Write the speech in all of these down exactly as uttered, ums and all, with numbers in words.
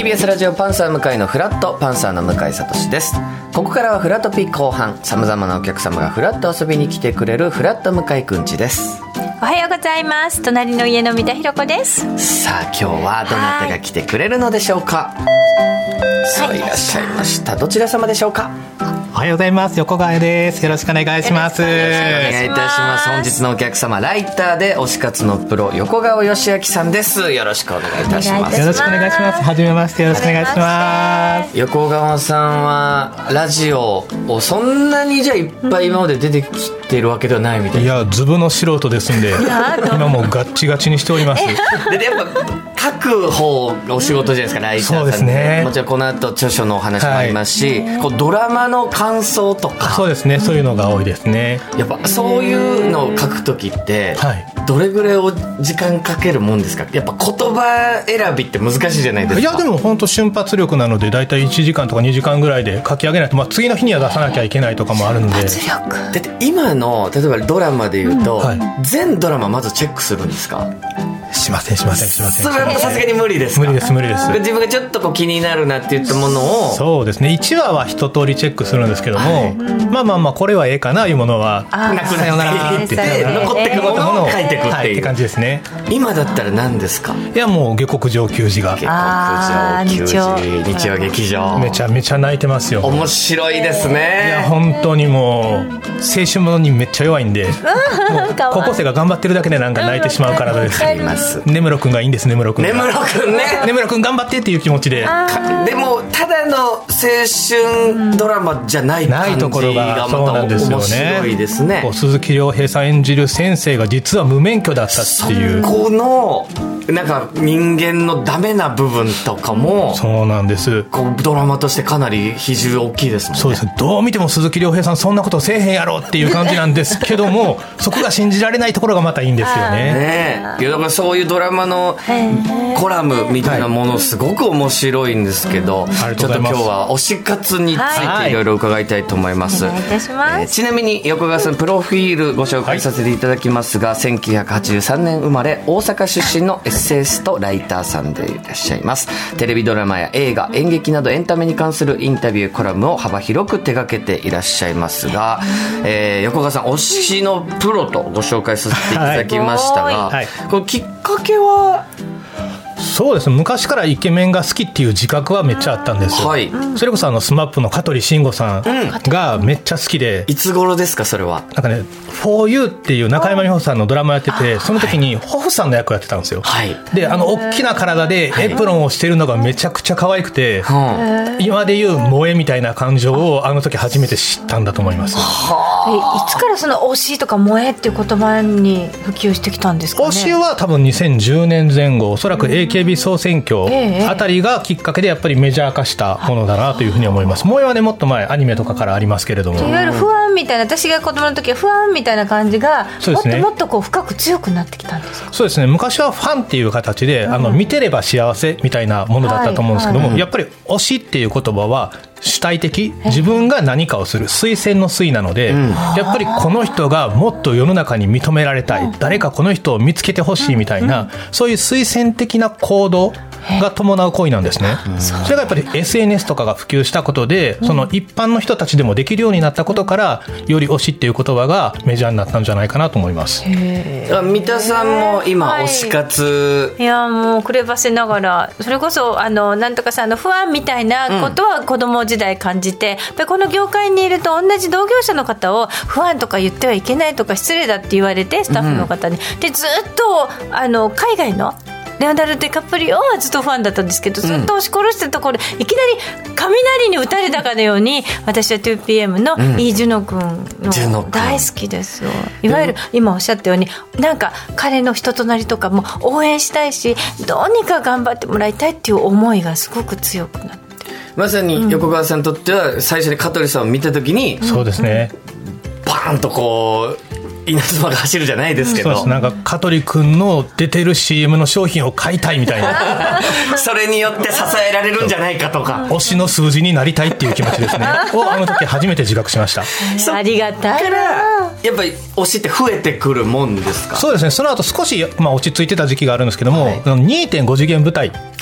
ビーエス ラジオパンサー向井のフラット、パンサーの向井聡です。ここからはフラトピ後半、さまざまなお客様がフラット遊びに来てくれるフラット向井くんちです。 おはようございます。隣の家の三田寛子です。 さあ今日はどなたが来てくれるのでしょうか。さあいらっしゃいました。どちら様でしょうか。 おはようございます。横川です。よろしくお願いします。よろしくお願いいたします。本日のお客様、ライターで推し活のプロ、横川義明さんです。よろしくお願いいたします。 よろしくお願いします。はじめまして。よろしくお願いします。 横川さんはラジオをそんなにじゃあいっぱい今まで出てきてるわけではないみたいな。 いや、ズブの素人ですんで今もうガッチガチにしております。 でやっぱ書く方お仕事じゃないですか、ライターさん。 そうですね。 もちろんこの後著書のお話もありますし、はい、こうドラマの感想とか。 そうですね、そういうのが多いですね。 やっぱそういうのを書くときって、はい、どれぐらいお時間かけるもんですか。やっぱ言葉選びって難しいじゃないですか。 いやでも本当瞬発力なので、だいたいいちじかんとかにじかんぐらいで書き上げないと、まあ、次の日には出さなきゃいけないとかもあるので。 発力だって今の例えばドラマでいうと、うんはい、全ドラマまずチェックするんですか。 しませんしませんしません。 それはさすがに無理ですか。 無理です無理です。 自分がちょっとこう気になるなって言ったものを。 そうですね、いちわは一通りチェックするんですけども、はい、まあまあまあこれはええかないうものはなくなってって残ってくものを書いてくっていう、はい、って感じですね。今だったら何ですか。 いやもう下克上球児が下克上球児日曜劇場めちゃめちゃ泣いてますよ。 面白いですね。 いや本当にもう青春ものにめっちゃ弱いんでもう高校生が頑張ってるだけでなんか泣いてしまう体です。 あります。 根室くんがいいんです。根室くん根室くんね根室くん頑張ってっていう気持ちで。 でもただの青春ドラマじゃない感じがまた面白いですね。 こう鈴木亮平さん演じる先生が実は無免許だったっていう、 そこのなんか人間のダメな部分とかもそうなんです。 こうドラマとしてかなり比重大きいですもんね。 そうですね。どう見ても鈴木亮平さんそんなことせえへんやろっていう感じなんですけどもそこが信じられないところがまたいいんですよね。 ねえ、いやだからそういうドラマのコラムみたいなものすごく面白いんですけど、はい、ちょっと今日は推し活についていろいろ伺いたいと思います。 お願いいたします。 えー、ちなみに横川さんプロフィールご紹介させていただきますが、はい、せんきゅうひゃくはちじゅうさんねん生まれ、大阪出身のエッセイストライターさんでいらっしゃいます。テレビドラマや映画、演劇などエンタメに関するインタビューコラムを幅広く手掛けていらっしゃいますが、えー、横川さん推しのプロとご紹介させていただきましたが、はいはい、このきっかけは。 そうですね、昔からイケメンが好きっていう自覚はめっちゃあったんです、はい、それこそあのスマップの香取慎吾さんがめっちゃ好きで、 うん、いつ頃ですかそれは。 なんかね フォーユー っていう中山美穂さんのドラマやってて、その時にホフさんの役をやってたんですよ、はい、であの大きな体でエプロンをしてるのがめちゃくちゃ可愛くて、はい、今でいう萌えみたいな感情をあの時初めて知ったんだと思います。 はあ、いつからその推しとか萌えっていう言葉に普及してきたんですかね。 推しは多分にせんじゅうねんぜん後、おそらく エーケービー 総選挙あたりがきっかけでやっぱりメジャー化したものだなというふうに思います。萌えはねもっと前アニメとかからありますけれども、 いわゆる不安みたいな、私が子供の時は不安みたいな感じがもっともっとこう深く強くなってきたんですか。 そうですね、昔はファンっていう形で、うん、あの見てれば幸せみたいなものだったと思うんですけども、はいはい、やっぱり推しっていう言葉は主体的、自分が何かをする推薦の推なので、うん、やっぱりこの人がもっと世の中に認められたい、うん、誰かこの人を見つけてほしいみたいな、うん、そういう推薦的な行動が伴う行為なんですね、うん、それがやっぱり エスエヌエス とかが普及したことで、その一般の人たちでもできるようになったことから、より推しっていう言葉がメジャーになったんじゃないかなと思います。 三田さんも今推し活、 はい、いやもうくればせながら、それこそあのなんとかさんの不安みたいなことは子供時代感じて、うん、やっぱりこの業界にいると同じ同業者の方を不安とか言ってはいけないとか失礼だって言われて、スタッフの方に、うん、でずっとあの海外のレオナルド・ディカプリオはずっとファンだったんですけど、ずっと押し殺したところ、うん、いきなり雷に打たれたかのように私は ツーピーエム のイ・ジュノ君の大好きですよ、うん、いわゆる今おっしゃったようになんか彼の人となりとかも応援したいし、どうにか頑張ってもらいたいっていう思いがすごく強くなって、 まさに横川さんにとっては最初に香取さんを見たときに、 うん、そうですね、 バーンとこう稲妻が走るじゃないですけど、 そうです、なんか香取君の出てる シーエム の商品を買いたいみたいなそれによって支えられるんじゃないかとか、 推しの数字になりたいっていう気持ちですねをあの時初めて自覚しました。 ありがたい。 からやっぱり推しって増えてくるもんですか。 そうですね、その後少し、まあ、落ち着いてた時期があるんですけども、はい、にてんご 次元舞台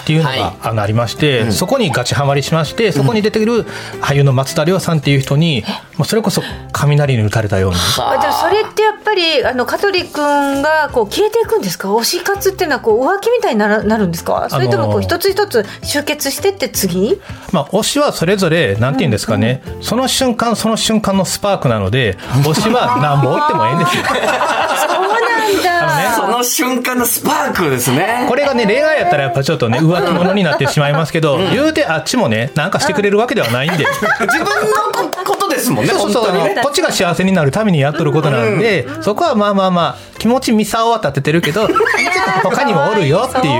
っていうのが、はい、あのありまして、うん、そこにガチハマりしまして、そこに出てくる俳優の松田凌さんっていう人に、うん、それこそ雷に打たれたように。 あ、でもそれってやっぱりあの香取君がこう消えていくんですか？推し活っていうのはこう浮気みたいになる、なるんですか？それともこう一つ一つ集結してって次、 まあ、推しはそれぞれなんていうんですかね、うんうん、その瞬間その瞬間のスパークなので、推しは何本打ってもええんですよ。 そうなんだ、 ね、その瞬間のスパークですね。 これがね、恋愛やったらやっぱちょっとね浮気者になってしまいますけど、うん、言うてあっちもねなんかしてくれるわけではないんで、 自分のことですもんね。 そうそうそう、ね、こっちが幸せになるためにやっとることなんで、うん、そこはまあまあまあ気持ちミサオは立ててるけど他にもおるよっていう、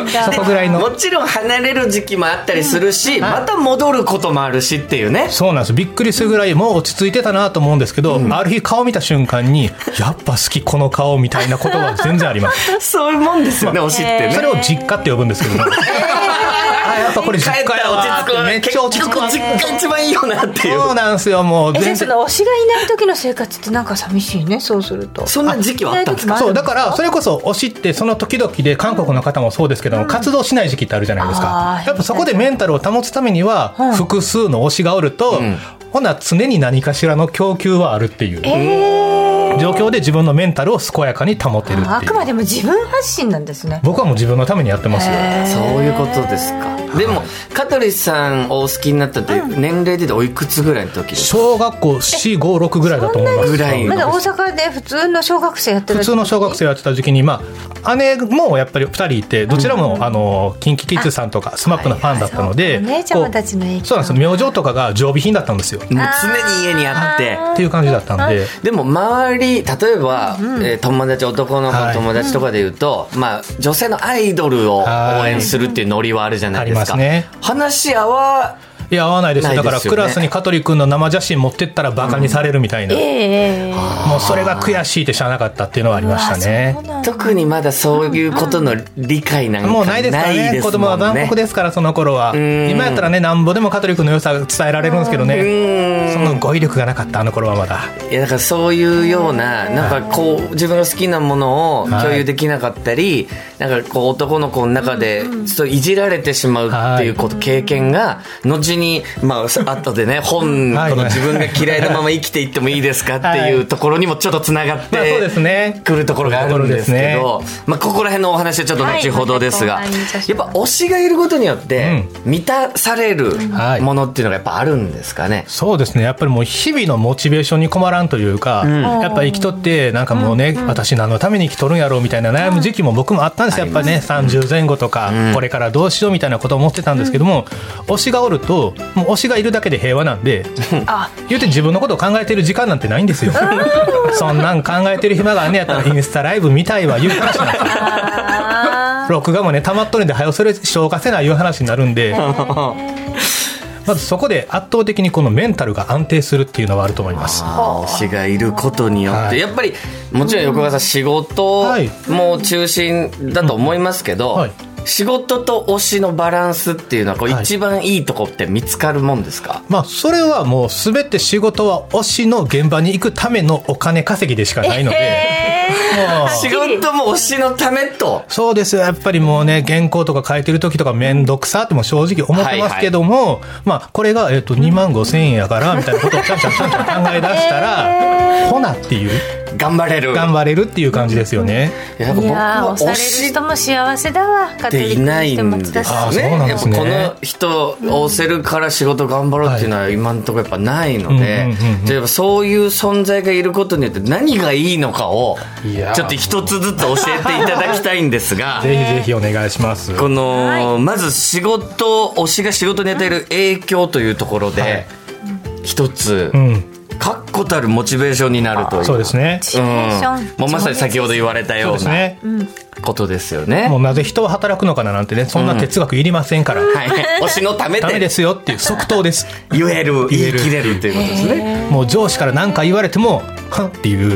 そこぐらいの。 もちろん離れる時期もあったりするし、うん、また戻ることもあるしっていうね。 そうなんです。びっくりするぐらいもう落ち着いてたなと思うんですけど、うん、ある日顔見た瞬間にやっぱ好きこの顔みたいなことは全然ありますそういうもんですよね、推しってね。 それを実家って呼ぶんですけどねあ、やっぱこれ実家やわー、めっちゃ落ち着く。 実家一番いいよなっていう。 そうなんですよ。もう全然。その推しがいない時の生活ってなんか寂しいね。そうするとそんな時期はあったんですか？ そうだからそれこそ推しってその時々で、韓国の方もそうですけども、うん、活動しない時期ってあるじゃないですか。やっぱそこでメンタルを保つためには、うん、複数の推しがおると、うん、ほな常に何かしらの供給はあるっていう、えー、状況で自分のメンタルを健やかに保てるっていう。 あ, あくまでも自分発信なんですね。 僕はもう自分のためにやってますよ。 そういうことですか。でも香取さんをお好きになったって年齢で言うとおいくつぐらいの時ですか？ 小学校よん、ご、ろくぐらいだと思います。 ぐらい。 まだ大阪で普通の小学生やってる。 普通の小学生やってた時期に、まあ、姉もやっぱりふたりいて、どちらも、うん、あのキンキキッズさんとかスマップのファンだったので、 お姉ちゃまたちの影響。 そうなんです。明星とかが常備品だったんですよ。もう常に家にあってっていう感じだったんで。 でも周り例えば、うん、えー、友達男の子の友達とかでいうと、はい、まあ、女性のアイドルを応援するっていうノリはあるじゃないですか。ありますね。話合わいや合わないです。だからクラスに香取君の生写真持ってったらバカにされるみたいな、うん、えー、もうそれが悔しいって知らなかったっていうのはありましたね。 特にまだそういうことの理解なんかないですもんね。もうないですからね。 子供は残酷ですから、その頃は。今やったらね、なんぼでも香取君の良さが伝えられるんですけどね、その語彙力がなかった、あの頃はまだ。 いやだからそういうような、なんかこう自分が好きなものを共有できなかったり、はい、なんかこう男の子の中でちょっといじられてしまうっていうこと、はい、経験が後にに、まあ後でね本この自分が嫌いなまま生きていってもいいですかっていうところにもちょっとつながってくるところがあるんですけど、まあここら辺のお話はちょっと後ほどですが、やっぱ推しがいることによって満たされるものっていうのがやっぱあるんですかね。 そうですね。やっぱりもう日々のモチベーションに困らんというか、うん、やっぱり生きとってなんかもうね、うん、私何のために生きとるんやろうみたいな悩む時期も僕もあったんですよ。やっぱりねさんじゅうぜん後とか、うん、これからどうしようみたいなことを思ってたんですけども、うん、推しがおるともう推しがいるだけで平和なんで言うて自分のことを考えてる時間なんてないんですよそんなん考えてる暇があんねやったらインスタライブ見たいわいう話なんですよ録画もね溜まっとるんで早それ消化せないいう話になるんでまずそこで圧倒的にこのメンタルが安定するっていうのはあると思います。 推しがいることによって、はい、やっぱりもちろん横川さん仕事も中心だと思いますけど、はいはい、仕事と推しのバランスっていうのはこう一番いいとこって見つかるもんですか？はい、 まあ、それはもう全て仕事は推しの現場に行くためのお金稼ぎでしかないので、えー、もう仕事も推しのためと。 そうですよ。やっぱりもうね原稿とか書いてる時とかめんどくさっても正直思ってますけども、はいはい、まあ、これが、えー、とにまんごせんえんやからみたいなことをちゃんちゃんちゃんちゃん考え出したら、えー、ほなっていう頑張れる頑張れるっていう感じですよね。 いや僕は推しれる人も幸せだわっていないんですね。やっぱこの人を推せるから仕事頑張ろうっていうのは今のところやっぱないので、じゃあそういう存在がいることによって何がいいのかをちょっと一つずつ教えていただきたいんですがぜひぜひお願いします。 この、はい、まず仕事推しが仕事に与える影響というところで、はい、一つ、うん、確固たるモチベーションになるという。 そうですね、 うん、もうまさに先ほど言われたようなことですよね。 もうなぜ人は働くのかななんてね、そんな哲学いりませんから、うん、 はい、推しのためでダメですよっていう即答です言える言い切れるということですね。 もう上司から何か言われてもはんっていう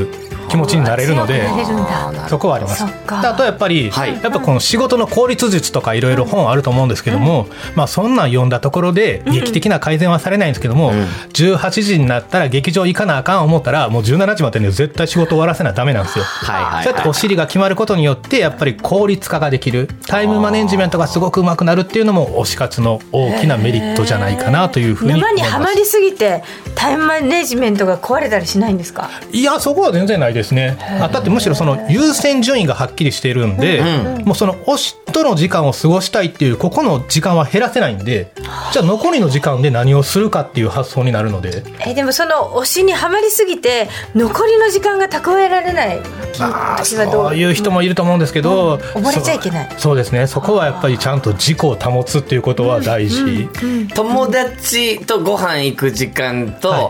気持ちになれるので、 強くなれるんだ。 そこはあります。 そっか。 であとやっぱり、 はい、 やっぱこの仕事の効率術とかいろいろ本あると思うんですけども、うん、まあそんなん読んだところで劇的な改善はされないんですけども、うん、じゅうはちじになったら劇場行かなあかん思ったらもうじゅうしちじまでに絶対仕事終わらせなダメなんですよ。はいはいはい、そうやってお尻が決まることによってやっぱり効率化ができる、タイムマネジメントがすごくうまくなるっていうのも推し活の大きなメリットじゃないかなというふうに思います。 沼にはまりすぎてタイムマネジメントが壊れたりしないんですか？ いやそこは全然ないですね。あだってむしろその優先順位がはっきりしているんで、うん、もうその推しとの時間を過ごしたいっていうここの時間は減らせないんで、じゃあ残りの時間で何をするかっていう発想になるので、 えでもその推しにはまりすぎて残りの時間が蓄えられない、 まあ、そういう人もいると思うんですけど、うん、 溺れちゃいけない。 そ う, そうですね。そこはやっぱりちゃんと自己を保つっていうことは大事、うんうんうん、 友達とご飯行く時間と、はい、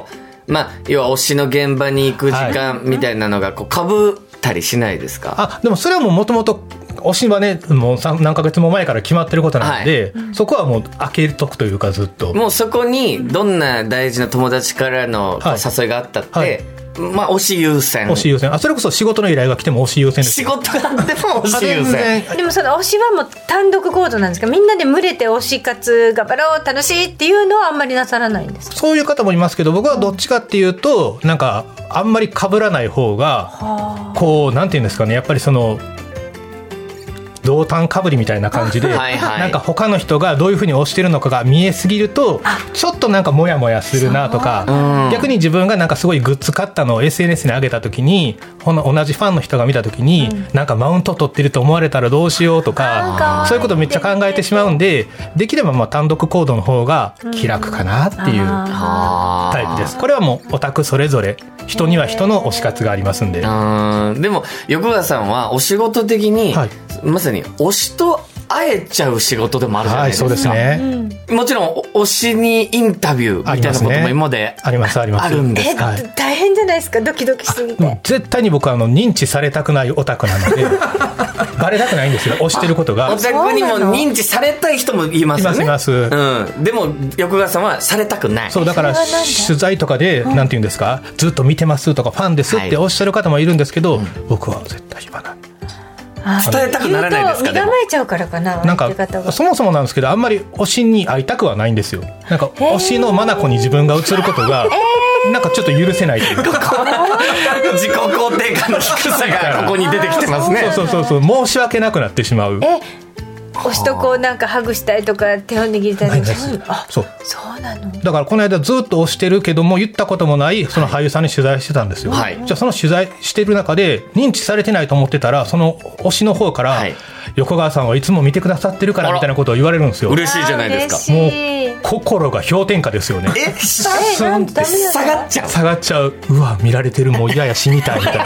まあ、要は推しの現場に行く時間みたいなのがこう被ったりしないですか？ あでもそれはもともと推しはねもう何ヶ月も前から決まってることなので、はい、そこはもう開けとくというかずっともうそこにどんな大事な友達からの誘いがあったって、はいはい、まあ推し優先推し優先あそれこそ仕事の依頼が来ても推し優先です。 仕事があっても推し優先でもその推しはもう単独行動なんですか？みんなで群れて推し活頑張ろう楽しいっていうのはあんまりなさらないんですか？ そういう方もいますけど僕はどっちかっていうとなんかあんまり被らない方がこうなんていうんですかね、やっぱりその同担かぶりみたいな感じではい、はい、なんか他の人がどういうふうに推してるのかが見えすぎるとちょっとなんかモヤモヤするなとか、逆に自分がなんかすごいグッズ買ったのを エスエヌエス に上げた時にこの同じファンの人が見た時に、うん、なんかマウント取ってると思われたらどうしようとかそういうことめっちゃ考えてしまうんで、できればまあ単独行動の方が気楽かなっていうタイプです。これはもうオタクそれぞれ人には人の推し活がありますんで。 あでも横川さんはお仕事的に、はい、まさに推しと会えちゃう仕事でもあるじゃないですか。はい、そうですね。もちろん推しにインタビューみたいなことも今まであります、あります。 あるんですか？ え大変じゃないですか？ドキドキしすぎて。 絶対に僕はあの認知されたくないオタクなのでバレたくないんですよ推してることが。 オタクにも認知されたい人もいますよね。 いますいます、 うん、でも横川さんはされたくない。 そうだから取材とかでなんて言うんですか、ずっと見てますとかファンですっておっしゃる方もいるんですけど、はい、僕は絶対言わない。 伝えたくならないですか？ 身構えちゃうからかな。 なんかそもそもなんですけどあんまり推しに会いたくはないんですよ。なんか推しの眼に自分が映ることがなんかちょっと許せないというか自己肯定感の低さがここに出てきてますね。 そうそうそうそう、申し訳なくなってしまう。 え推しとこうなんかハグしたりとか手を握りたりとかそういうの。あそうそうなの。 だからこの間ずっと推してるけども言ったこともないその俳優さんに取材してたんですよ、はい、じゃあその取材してる中で認知されてないと思ってたらその推しの方から、はい、横川さんはいつも見てくださってるからみたいなことを言われるんですよ。 嬉しいじゃないですか。 もう心が氷点下ですよね。 え下がっちゃう下がっちゃう。うわ見られてるもう嫌や死にたいみたいな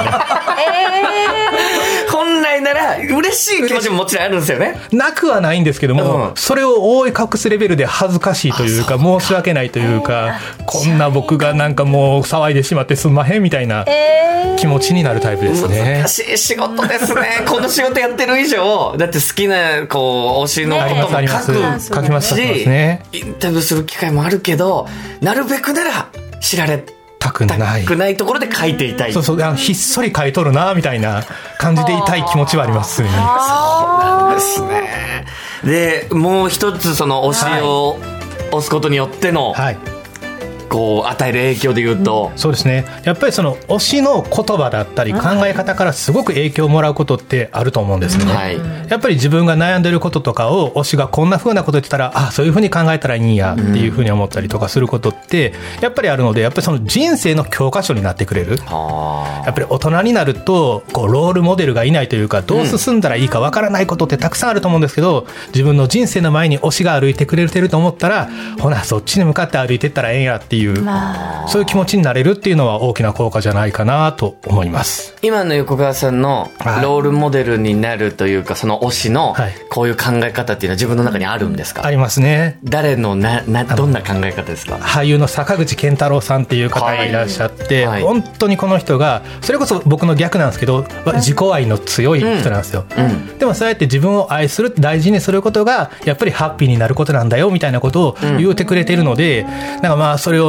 えー、本来なら嬉しい気持ちももちろんあるんですよね。 なくはないんですけども、うん、それを覆い隠すレベルで恥ずかしいというか申し訳ないというか、こんな僕がなんかもう騒いでしまってすんまへんみたいな気持ちになるタイプですね。 難しい仕事ですねこの仕事やってる以上だって好きなこう推しのことも書く書きますね。 インタビューする機会もあるけどなるべくなら知られたくないくないところで書いていたい。 そうそう、ひっそり書いとるなみたいな感じでいたい気持ちはありますね。そうなんですね。でもう一つその推しを推すことによっての、はい、こう与える影響でいうと、 うん、そうですね。やっぱりその推しの言葉だったり考え方からすごく影響をもらうことってあると思うんですよね、うんはい、やっぱり自分が悩んでることとかを推しがこんな風なこと言ってたらあそういう風に考えたらいいんやっていう風に思ったりとかすることってやっぱりあるので、やっぱりその人生の教科書になってくれる。やっぱり大人になるとこうロールモデルがいないというかどう進んだらいいかわからないことってたくさんあると思うんですけど、自分の人生の前に推しが歩いてくれてると思ったらほなそっちに向かって歩いていったらええんやっていう、まあ、そういう気持ちになれるっていうのは大きな効果じゃないかなと思います。 今の横川さんのロールモデルになるというか、その推しのこういう考え方っていうのは自分の中にあるんですか？ ありますね。 誰のななどんな考え方ですか？ 俳優の坂口健太郎さんっていう方がいらっしゃって、はいはい、本当にこの人がそれこそ僕の逆なんですけど自己愛の強い人なんですよ、うんうん、でもそうやって自分を愛する大事にすることがやっぱりハッピーになることなんだよみたいなことを言うてくれているので、うん、なんかまあそれを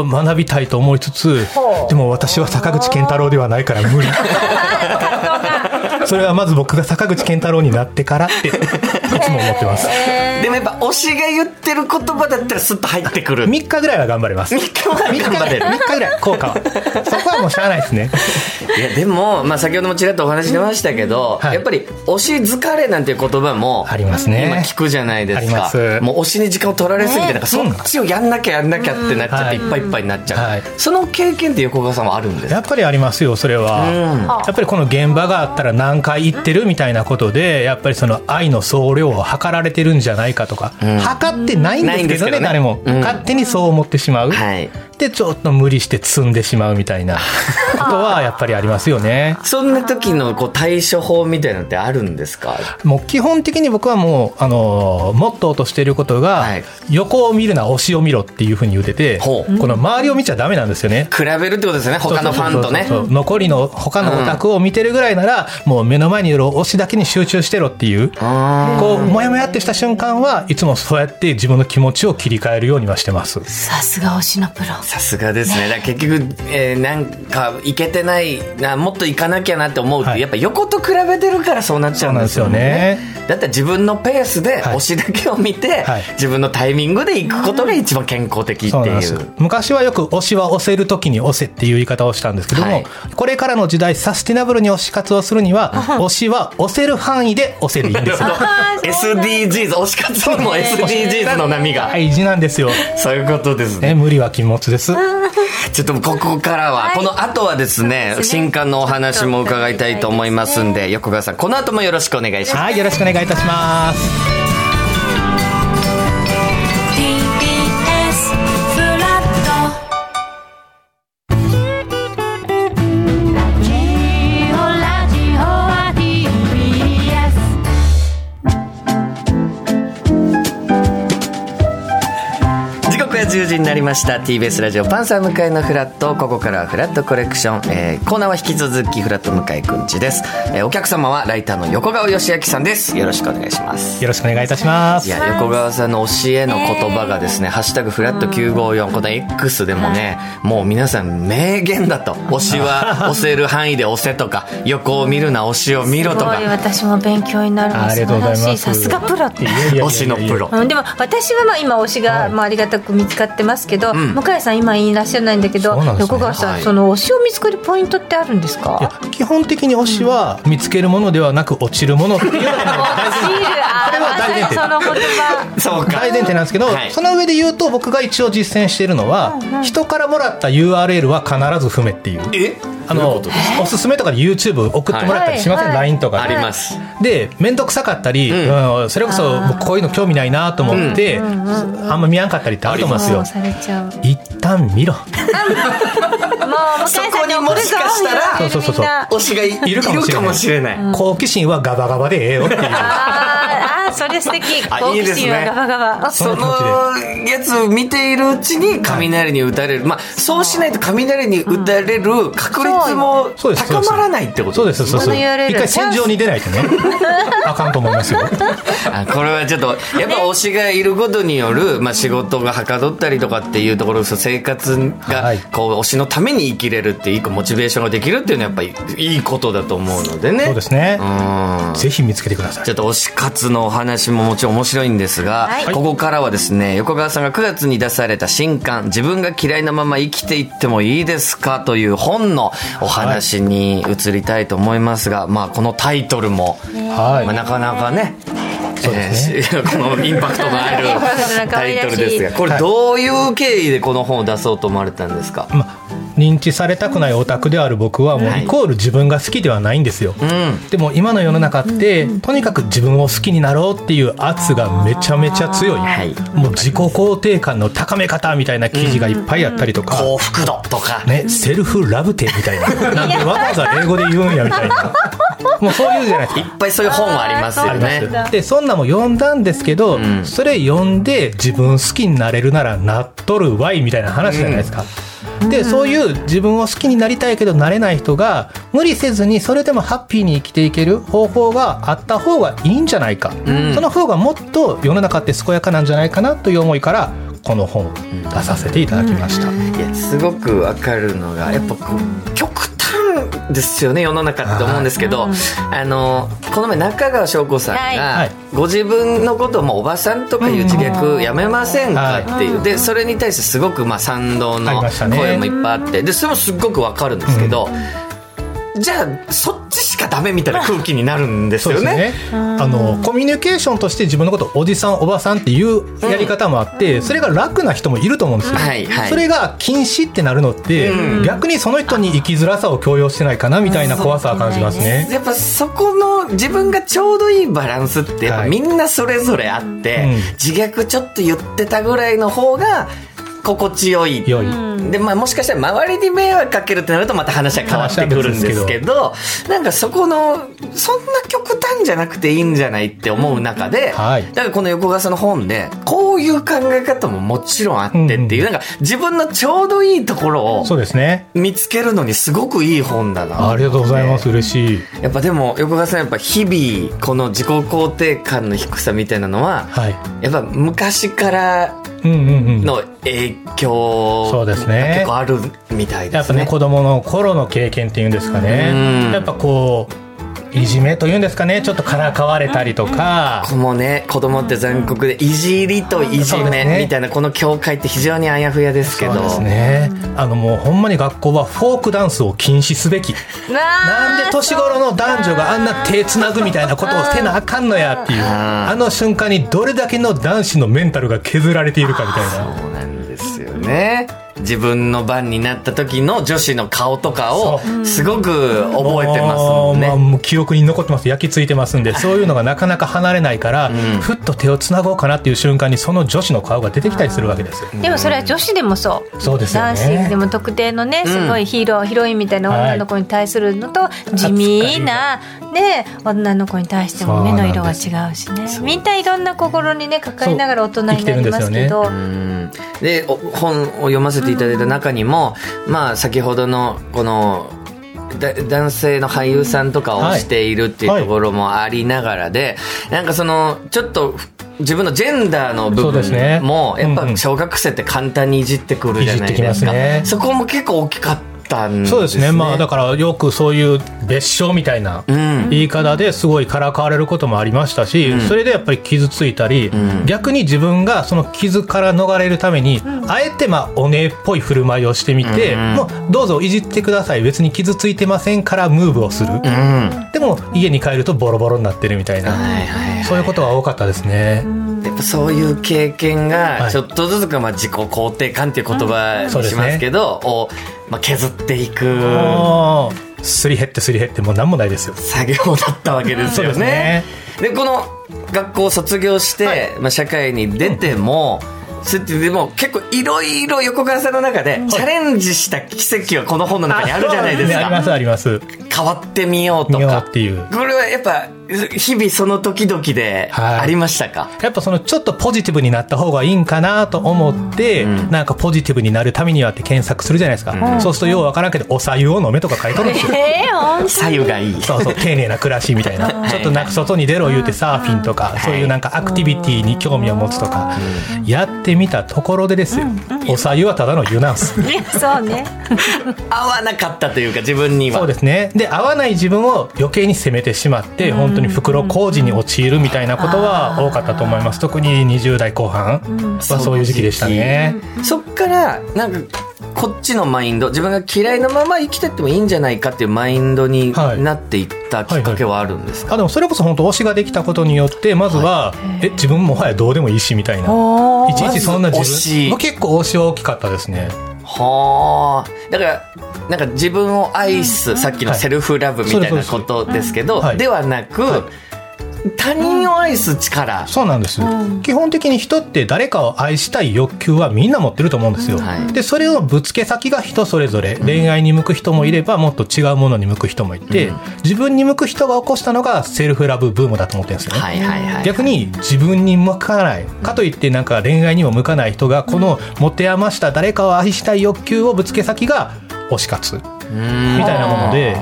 と学びたいと思いつつ、でも私は坂口健太郎ではないから無理それはまず僕が坂口健太郎になってからっていつも思ってます。 でもやっぱ推しが言ってる言葉だったらスッと入ってくる。 みっかぐらいは頑張れます。 みっかは頑張れる。 みっかぐらい効果はそこはもうしゃあないですね。 いやでも、まあ、先ほどもちらっとお話し出ましたけど、うんはい、やっぱり推し疲れなんていう言葉もありますね。 今聞くじゃないですか。あります。もう推しに時間を取られすぎて、なんかそっちをやんなきゃやんなきゃってなっちゃって、いっぱいいっぱいになっちゃう、はい、その経験って横川さんはあるんですか？ やっぱりありますよそれは、うん、やっぱりこの現場があったら何回行ってるみたいなことで、やっぱりその愛の総量を測られてるんじゃないかとか、うん、測ってないんですけど ね, けどね誰も、うん、勝手にそう思ってしまう、はい、でちょっと無理して積んでしまうみたいなことはやっぱりありますよね。 そんな時のこう対処法みたいなのってあるんですか？ もう基本的に僕はもうあのモットーとしていることが、はい、横を見るな推しを見ろっていうふうに言ってて、この周りを見ちゃダメなんですよね。 比べるってことですよね、他のファンとね。 そうそうそうそう、残りの他のオタクを見てるぐらいなら、うん、もう目の前にいる推しだけに集中してろっていう、こうモヤモヤってした瞬間はいつもそうやって自分の気持ちを切り替えるようにはしてます。 さすが推しのプロ。 さすがですね。だから結局、えー、なんかいけてないな、もっといかなきゃなって思うと、はい、やっぱ横と比べてるからそうなっちゃうんですよね。だったら自分のペースで推しだけを見て、はい、自分のタイミングで行くことが一番健康的っていう。そう昔はよく推しは押せる時に押せっていう言い方をしたんですけども、はい、これからの時代サスティナブルに推し活をするには推しは押せる範囲で押せるいいんですよエスディージーズ 推し活にも エスディージーズ の波が大事なんですよ。 そういうことですね。 ね、無理は禁物です。 ちょっとここからは、はい、この後はですね、新刊のお話も伺いたいと思いますんで、横川さんこの後もよろしくお願いします。 はい、よろしくお願いいたします。 じゅうじになりました。 ティービーエス ラジオパンサー向井のフラット。ここからはフラットコレクション、えー、コーナーは引き続きフラット向井くんちです、えー、お客様はライターの横川義明さんです。よろしくお願いします。 よろしくお願いいたします。 いや、横川さんの教えの言葉がですね、ハッシュタグフラットきゅうごよん、この X でもね、もう皆さん名言だと。推しは押せる範囲で押せとか、横を見るな推しを見ろとか。 すごい、私も勉強になる。 ありがとうございます。 さすがプロって。 推しのプロ。 うん、でも私はまあ今推しがまあありがたく見つかってますけど、うん、向井さん今いらっしゃらないんだけど、ね、横川さん、はい、その推しを見つけるポイントってあるんですか？ いや、基本的に推しは見つけるものではなく落ちるものっていうのが大前提。これは大前提。 その言葉そうか、 大前提なんですけど、はい、その上で言うと僕が一応実践しているのは、うんうん、人からもらった ユーアールエル は必ず踏めっていう。 えあのおすすめとかで YouTube 送ってもらったりしません、はい、ライン とかで。 あります。 で面倒くさかったり、うんうん、それこそこういうの興味ないなと思って、うん、あんま見やんかったりってあると思うんですよ。一旦見ろ。もうそこにもしかしたらそうそうそうそう推しが い, いるかもしれない。 好奇心はガバガバでええよっていう。 ああ、それ素敵。好奇心はガバガバ。 そのやつを見ているうちに雷に打たれる、まあ、そうしないと雷に打たれる確率も高まらないってことです。 そうですそうです。一回戦場に出ないとねあかんと思いますよ。 あ、これはちょっとやっぱ推しがいることによる、まあ、仕事がはかどったりとかっていうところ、生活がこう推しのために生きれるっていうモチベーションができるっていうのはやっぱりいいことだと思うのでね。 そうですね、うん、ぜひ見つけてください。 ちょっと推し活のお話ももちろん面白いんですが、はい、ここからはですね、横川さんがくがつに出された新刊、自分が嫌いなまま生きていってもいいですかという本のお話に移りたいと思いますが、まあ、このタイトルも、はい、まあ、なかなかね、そうですね、えー、このインパクトのあるタイトルですが、これどういう経緯でこの本を出そうと思われたんですか？ まあ、認知されたくないオタクである僕はもうイコール自分が好きではないんですよ、はい、でも今の世の中って、うん、とにかく自分を好きになろうっていう圧がめちゃめちゃ強い、はい、もう自己肯定感の高め方みたいな記事がいっぱいあったりとか、 幸福度とか、 ね、セルフラブテみたいな、なんでわざわざ英語で言うんやみたいなもうそういうじゃないですか。 いっぱいそういう本はありますよね。 でそんなも読んだんですけど、うん、それ読んで自分好きになれるならなっとるわいみたいな話じゃないですか、うん、でそういう自分を好きになりたいけどなれない人が無理せずにそれでもハッピーに生きていける方法があった方がいいんじゃないか、うん、その方がもっと世の中って健やかなんじゃないかなという思いからこの本を出させていただきました。 いやすごくわかるのがやっぱこう極端ですよね世の中って思うんですけど、あのこの前中川翔子さんがご自分のことをもうおばさんとかいう自虐やめませんかっていう、でそれに対してすごくまあ賛同の声もいっぱいあって、でそれもすっごくわかるんですけど、じゃあそっちしかダメみたいな空気になるんですよね。 そうですね。あのコミュニケーションとして自分のことをおじさんおばさんっていうやり方もあって、うん、それが楽な人もいると思うんですよ、はいはい、それが禁止ってなるのって、うん、逆にその人に生きづらさを強要してないかなみたいな怖さを感じますね。 やっぱそこの自分がちょうどいいバランスってやっぱみんなそれぞれあって、はい、うん、自虐ちょっと言ってたぐらいの方が心地よい。良い。で、まあ、もしかしたら周りに迷惑かけるってなるとまた話は変わってくるんですけど、なんかそこのそんな極端じゃなくていいんじゃないって思う中で、うん、はい、だからこの横川さんの本でこういう考え方ももちろんあってっていう、うんうん、なんか自分のちょうどいいところをそうですね見つけるのにすごくいい本だな。 ありがとうございます。嬉しい。 やっぱでも横川さんやっぱ日々この自己肯定感の低さみたいなのは、はい、やっぱ昔からの影響が結構あるみたいですね。 やっぱね、子供の頃の経験っていうんですかね、やっぱこういじめというんですかね、ちょっとからかわれたりとか、 このね、子供って残酷でいじりといじめみたいなこの境界って非常にあやふやですけど、 そうですね、あのもうほんまに学校はフォークダンスを禁止すべき。なんで年頃の男女があんな手つなぐみたいなことをせなあかんのやっていう、あの瞬間にどれだけの男子のメンタルが削られているかみたいな。 そうなんですよね。自分の番になった時の女子の顔とかをすごく覚えてますもんね。 まあ、もう記憶に残ってます。焼き付いてますんで、そういうのがなかなか離れないから、うん、ふっと手をつなごうかなっていう瞬間にその女子の顔が出てきたりするわけですよ。 でもそれは女子でもそう。 そうですよね。 男子でも特定のね、すごいヒーロー、うん、ヒロインみたいな女の子に対するのと、はい、地味な、ね、女の子に対しても目の色が違うしね。みんないろんな心にね抱えながら大人になりますけど。 で、本を読ませていただいた中にも、うん、まあ先ほどのこの男性の俳優さんとかをしているっていうところもありながらで、はいはい、なんかそのちょっと自分のジェンダーの部分もやっぱ小学生って簡単にいじってくるじゃないですか。ね、そこも結構大きかった。 そうですね、まあ、だからよくそういう別称みたいな言い方ですごいからかわれることもありましたし、うん、それでやっぱり傷ついたり、うん、逆に自分がその傷から逃れるために、うん、あえてまあお姉っぽい振る舞いをしてみて、うん、もうどうぞいじってください、別に傷ついてませんからムーブをする、うん、でも家に帰るとボロボロになってるみたいな、はいはいはい、そういうことが多かったですね。 やっぱそういう経験がちょっとずつか、まあ自己肯定感っていう言葉にしますけど、うん、をまあ、削っていく、 すり減ってすり減ってもう何もないですよ。 作業だったわけですよね。でこの学校を卒業して、はい、まあ、社会に出ても、うん、でも結構いろいろ横川さんの中でチャレンジした奇跡がこの本の中にあるじゃないですか。 ありますあります。 変わってみようとかっていう、 これはやっぱ日々その時々でありましたか？はい、 やっぱそのちょっとポジティブになった方がいいんかなと思って、うん、なんかポジティブになるためにはって検索するじゃないですか、うん、そうするとようわからんけどおさゆを飲めとか書いてあるんですよ。 えー、 さゆがいい。 そうそう、丁寧な暮らしみたいなちょっとなんか外に出ろ言うてサーフィンとか、そういうなんかアクティビティに興味を持つとか、やってみたところでですよ、おさゆはただの湯なんす。 そうね。 合わなかったというか自分には。 そうですね。で合わない自分を余計に責めてしまって、うん、本当に袋小路に陥るみたいなことは多かったと思います。特ににじゅう代後半はそういう時期でしたね。 うん、そっからなんかこっちのマインド、自分が嫌いなまま生きてってもいいんじゃないかっていうマインドになっていったきっかけはあるんですか？ はいはいはい、あでもそれこそ本当推しができたことによってまずは、はい、え自分もはやどうでもいいしみたいな、いちいちそんな自分、ま、結構推しは大きかったですね。 はあ、だからなんか自分を愛す、うん、さっきのセルフラブみたいなことですけど、はい、ではなく、はい、他人を愛す力、 そうなんです、うん、基本的に人って誰かを愛したい欲求はみんな持ってると思うんですよ、はい、でそれをぶつけ先が人それぞれ、うん、恋愛に向く人もいればもっと違うものに向く人もいて、うん、自分に向く人が起こしたのがセルフラブブームだと思ってるんですよね、はいはいはい、逆に自分に向かないかといってなんか恋愛にも向かない人がこの持て余した誰かを愛したい欲求をぶつけ先が推し活みたいなもので、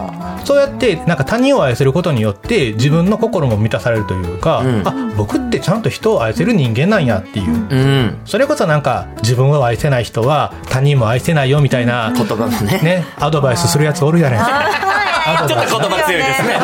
そうやってなんか他人を愛することによって自分の心も満たされるというか、うん、あ、僕ってちゃんと人を愛せる人間なんやっていう、うん、それこそなんか自分を愛せない人は他人も愛せないよみたいな言葉も ね, ねアドバイスするやつおるじゃないですか。 ちょっと言葉強いですね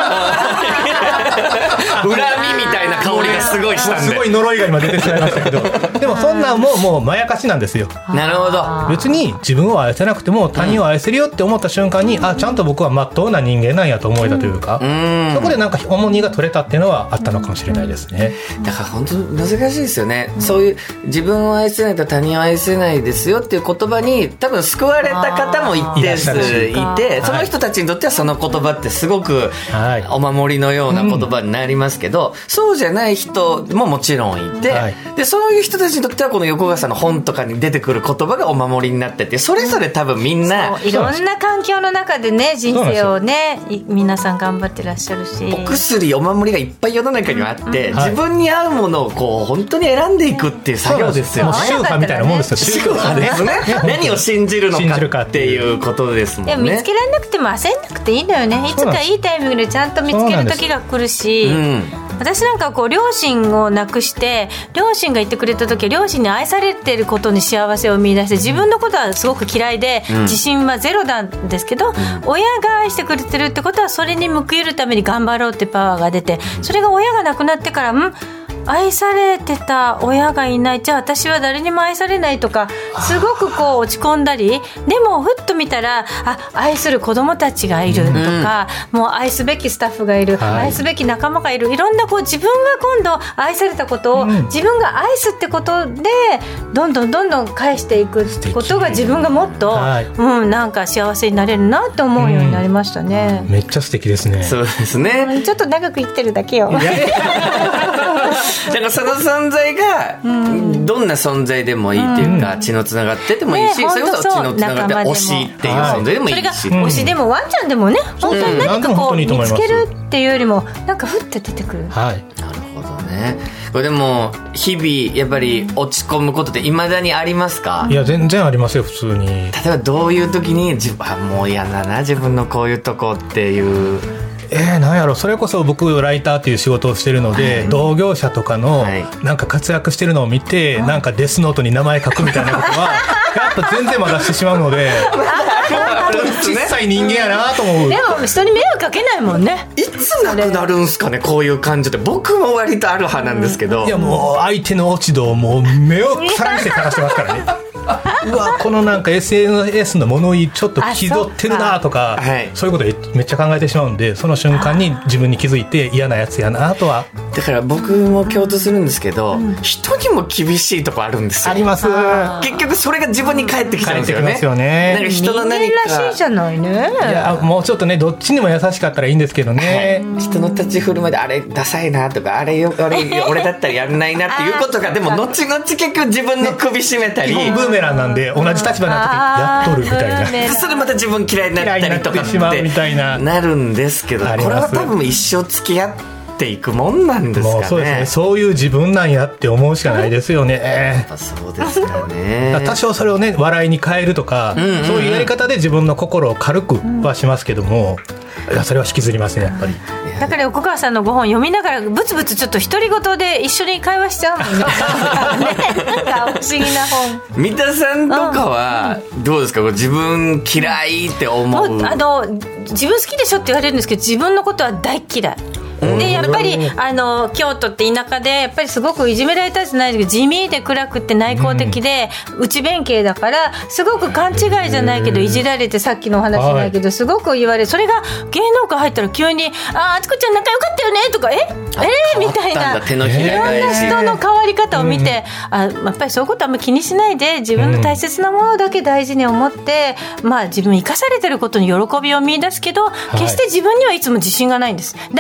恨みみたいな香りがすごいしたんですごい呪いが今出てしまいましたけどでもそんなんももうまやかしなんですよ。 なるほど。 別に自分を愛せなくても他人を愛せるよって思った瞬間に、うん、あ、ちゃんと僕はまっとうな人間なんやと思えたというか、うん、そこでなんか重荷が取れたっていうのはあったのかもしれないですね。 だから本当難しいですよね、うん、そういう自分を愛せないと他人を愛せないですよっていう言葉に多分救われた方も一定数いて、その人たちにとってはその言葉ってすごくお守りのような言葉になりますけど、うん、そうじゃない人ももちろんいて、はい、でそういう人たちにとってはこの横川さんの本とかに出てくる言葉がお守りになってて、それぞれ多分みんな、 うん、いろんな環境の中でね人生をね皆さん頑張ってらっしゃるし、 お薬お守りがいっぱい世の中にはあって、うん、自分に合うものをこう本当に選んでいくっていう作業ですよ。 宗派みたいなもんですよ。宗派ですね何を信じるのかっていうことですもんね。 いや見つけられなくても焦んなくていいんだよね。いつかいいタイミングでちゃんと見つける時が来るし、うん、私なんかこう両親を亡くして両親がいてくれた時は両親に愛されてることに幸せを見出して、自分のことはすごく嫌いで、うん、自信はゼロなんですけど、うん、親が愛してくれてるってことはそれに報いるために頑張ろうってパワーが出て、それが親が亡くなってからん愛されてた親がいない、じゃあ私は誰にも愛されないとかすごくこう落ち込んだり、でもふっと見たらあ愛する子供たちがいるとか、うん、もう愛すべきスタッフがいる、はい、愛すべき仲間がいる、いろんなこう自分が今度愛されたことを、うん、自分が愛すってことでどんどんどんどん返していくことが自分がもっと、はい、うん、なんか幸せになれるなって思うようになりましたね、 うん、めっちゃ素敵ですね。 そうですね、 うん、ちょっと長く生きてるだけよ。いやいやだからその存在がどんな存在でもいいっていうか、うん、血のつながっててもいいし、ね、それこそ血のつながって推しっていう存在でもいいし、はい、 それが推しでもワンちゃんでもね、うん、本当に何かこう見つけるっていうよりもなんかふって出てくる、 はい、なるほどね。これでも日々やっぱり落ち込むことって未だにありますか？ いや全然ありますよ普通に。例えばどういう時に自分あもう嫌だな自分のこういうとこっていう。 えー、なんやろ、それこそ僕ライターっていう仕事をしてるので、はい、同業者とかのなんか活躍してるのを見て、はい、なんかデスノートに名前書くみたいなことはやっぱ全然まだしてしまうので小さい人間やなと思う。 でも人に迷惑かけないもんね。 いつなくなるんすかねこういう感じで。僕も割とある派なんですけど、 うん、いやもう相手の落ち度をもう目をさらにして探してますからねうわこのなんか エスエヌエス の物言いちょっと気取ってるなとか、はい、そういうことめっちゃ考えてしまうんで、その瞬間に自分に気づいて嫌なやつやなとは。 だから僕も共通するんですけど、うん、人にも厳しいとこあるんですよ。 あります。 結局それが自分に返ってきちゃうんですよね。 返ってきますよね。 なんか人の何か人間らしいじゃないね。 いやもうちょっとねどっちにも優しかったらいいんですけどね、 はい、人の立ち振る舞いであれダサいなとかあれよ俺, 俺だったらやんないなっていうことがでも後々結局自分の首絞めたり、 ね、ブーメランなんで同じ立場になった時やっとるみたいな、 それまた自分嫌いになったりとかってなるんですけど、これは多分一生付き合っていくもんなんですかね。もうそうですね。そういう自分なんやって思うしかないですよね。 やっぱそうですよね。 多少それをね笑いに変えるとか、うんうんうん、そういうやり方で自分の心を軽くはしますけども、いやそれは引きずりますねやっぱり。 だから横川さんのご本読みながらブツブツちょっと独り言で一緒に会話しちゃうもんね。なんか不思議な本。 三田さんとかはどうですか、自分嫌いって思う。 もうあの自分好きでしょって言われるんですけど自分のことは大嫌いで、やっぱりあの京都って田舎でやっぱりすごくいじめられたじゃないですけど地味で暗くって内向的で、うん、内弁慶だからすごく勘違いじゃないけどいじられて、さっきのお話じゃないけどすごく言われ、それが芸能界入ったら急にああつこちゃん仲良かったよねとかええー、みたいな手のひら返し、 いろんな人の変わり方を見て、うん、あやっぱりそういうことあんまり気にしないで自分の大切なものだけ大事に思って、うん、まあ自分生かされてることに喜びを見出すけど、決して自分にはいつも自信がないんです。だから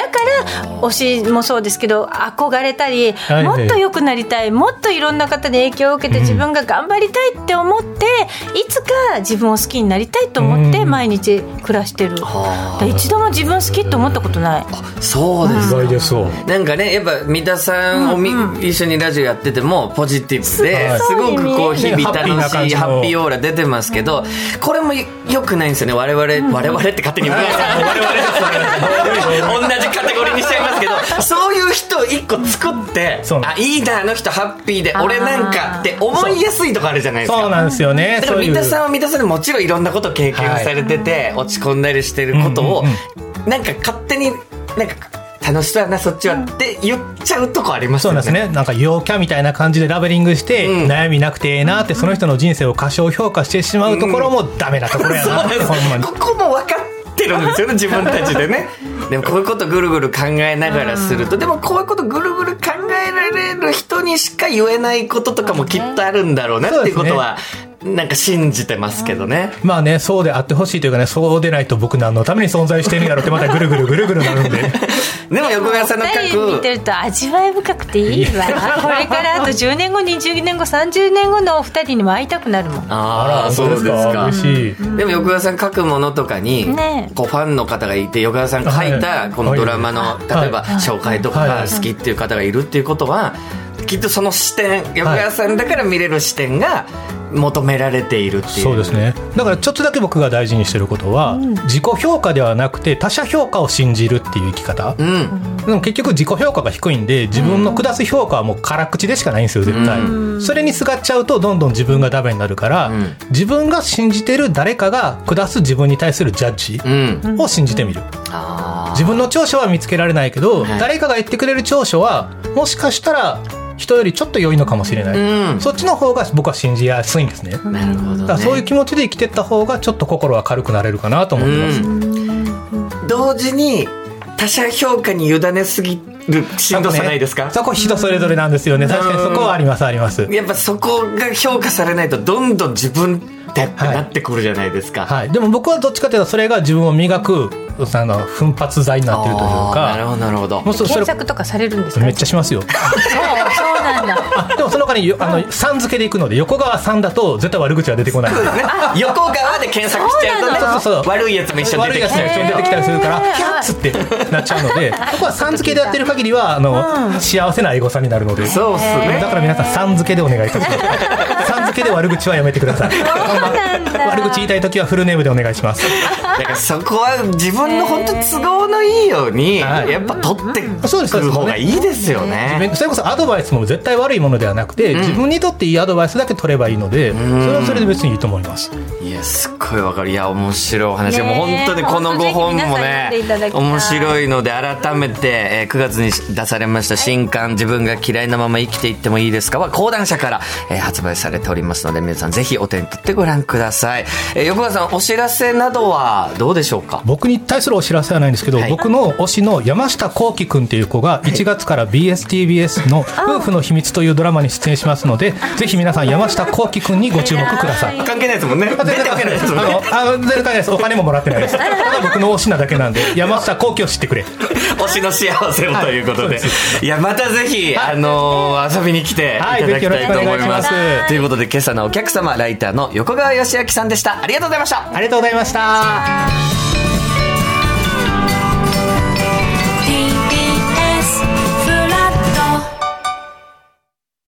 推しもそうですけど憧れたり、 はい、 もっと良くなりたい、もっといろんな方に影響を受けて自分が頑張りたいって思って、うん、いつか自分を好きになりたいと思って毎日暮らしてる、うん、一度も自分好きって思ったことない。 あ、そうです、 意外です。 なんかね、やっぱ三田さんをみ、うんうん、一緒にラジオやっててもポジティブですごくこう日々楽しいハッピーオーラ出てますけど、これも良くないんですよね。我々、うん、我々って勝手に我々同じカテゴリーにしちゃいますけど、そういう人を一個作って、あ、いいなあの人ハッピーで俺なんかって思いやすいとこあるじゃないですか。 そうなんですよね。 だから三田さんは三田さんでもちろんいろんなこと経験されてて、はい、落ち込んだりしてることを、うんうんうん、なんか勝手になんか楽しそうやなそっちはって言っちゃうとこありますよね。 そうですね。なんか陽キャみたいな感じでラベリングして、うん、悩みなくてええなってその人の人生を過小評価してしまうところもダメなところやなって、うん、ほんまにここも分かってるんですよね自分たちでね。でもこういうことぐるぐる考えながらすると、でもこういうことぐるぐる考えられる人にしか言えないこととかもきっとあるんだろうなっていうことはなんか信じてますけどね。 まあね、そうであってほしいというかね、そうでないと僕何のために存在してるんやろってまたぐるぐるぐるぐるなるんででも横川さんの書く見てると味わい深くていいわこれからあとじゅうねんごにじゅうねんごさんじゅうねんごのお二人にも会いたくなるもん。 ああ、そうですか。 嬉しい。 でも横川さん書くものとかに、ね、こうファンの方がいて横川さん書いたこのドラマの、はい、例えば紹介とかが好きっていう方がいるっていうことは、きっとその視点、横川さんだから見れる視点が求められているっていう。 そうですね。だからちょっとだけ僕が大事にしてることは、うん、自己評価ではなくて他者評価を信じるっていう生き方、うん、でも結局自己評価が低いんで自分の下す評価はもう辛口でしかないんですよ絶対、うん、それにすがっちゃうとどんどん自分がダメになるから、うん、自分が信じてる誰かが下す自分に対するジャッジを信じてみる、うん、あ、自分の長所は見つけられないけど、はい、誰かが言ってくれる長所はもしかしたら人よりちょっと良いのかもしれない、うん、そっちの方が僕は信じやすいんですね。 なるほどね。 だからそういう気持ちで生きていった方がちょっと心は軽くなれるかなと思ってます、うん、 同時に他者評価に委ねすぎるしんどさないですか？ ね、そこ人それぞれなんですよね、うん、確かにそこはありますあります。 やっぱそこが評価されないとどんどん自分ってなってくるじゃないですか、 はいはい、でも僕はどっちかというとそれが自分を磨くあの奮発剤になってるというか。 なるほどなるほど。 もう検索とかされるんですか？ めっちゃしますよ。そうそうなんだ。 でもその代わりあのさん付けでいくので横川さんだと絶対悪口は出てこない。 そうですね。横川で検索しちゃうとね、そうそうそう、悪いやつも一緒に出てきたり出てきたりするからキャッツってなっちゃうので、ここはさん付けでやってる限りはあの、うん、幸せなエゴさんになるので。 そうですね。 だから皆さんさん付けでお願いいたします。さん付けで悪口はやめてください。悪口言いたいときはフルネームでお願いします。 だからそこは自分の本当都合のいいようにやっぱ取ってくる方がいいですよね。 それこそアドバイスも絶対悪いものではなくて、うん、自分にとっていいアドバイスだけ取ればいいので、それはそれで別にいいと思います。 いやすっごいわかる。いや面白いお話、もう本当にこのごほんもね面白いので、改めてくがつに出されました新刊、自分が嫌いなまま生きていってもいいですかは講談社から発売されておりますので、皆さんぜひお手に取ってご覧ください。横川さん、お知らせなどはどうでしょうか？ 僕に対するお知らせはないんですけど、はい、僕の推しの山下幸輝くんという子がいちがつから ビーエスティービーエス の夫婦の秘密というドラマに出演しますので、ぜひ皆さん山下幸輝くんにご注目ください。 関係ないですもんね。出てわけないですもんね。 あの全然関係ないです。お金ももらってないです。ただ僕の推しなだけなんで山下幸輝を知ってくれ。 推しの幸せをということで、はい、いやまたぜひ、はい、あのー、遊びに来ていただきたいと思います、はい、ということで今朝のお客様ライターの横川義明さんでした。ありがとうございました。 ありがとうございました。